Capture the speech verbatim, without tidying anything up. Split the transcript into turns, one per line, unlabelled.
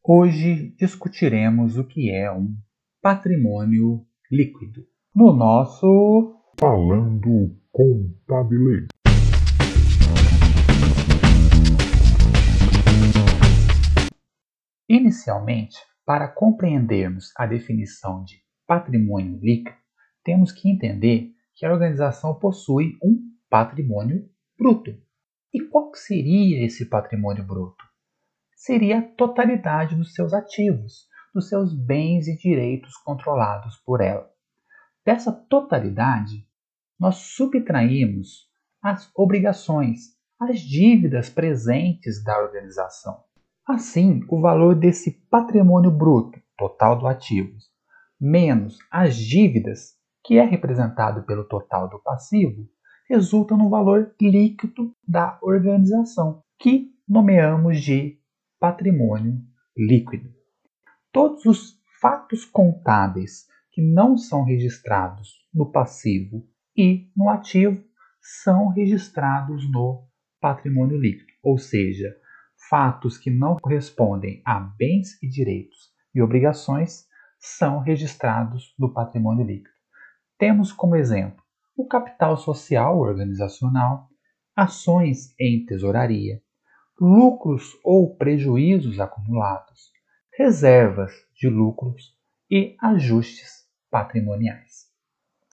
Hoje discutiremos o que é um patrimônio líquido no nosso
Falando Contabilês.
Inicialmente, para compreendermos a definição de patrimônio líquido, temos que entender que a organização possui um patrimônio bruto. E qual seria esse patrimônio bruto? Seria a totalidade dos seus ativos, dos seus bens e direitos controlados por ela. Dessa totalidade, nós subtraímos as obrigações, as dívidas presentes da organização. Assim, o valor desse patrimônio bruto, total do ativos, menos as dívidas, que é representado pelo total do passivo, resulta no valor líquido da organização, que nomeamos de patrimônio líquido. Todos os fatos contábeis que não são registrados no passivo e no ativo são registrados no patrimônio líquido, ou seja, fatos que não correspondem a bens e direitos e obrigações são registrados no patrimônio líquido. Temos como exemplo o capital social organizacional, ações em tesouraria, lucros ou prejuízos acumulados, reservas de lucros e ajustes patrimoniais.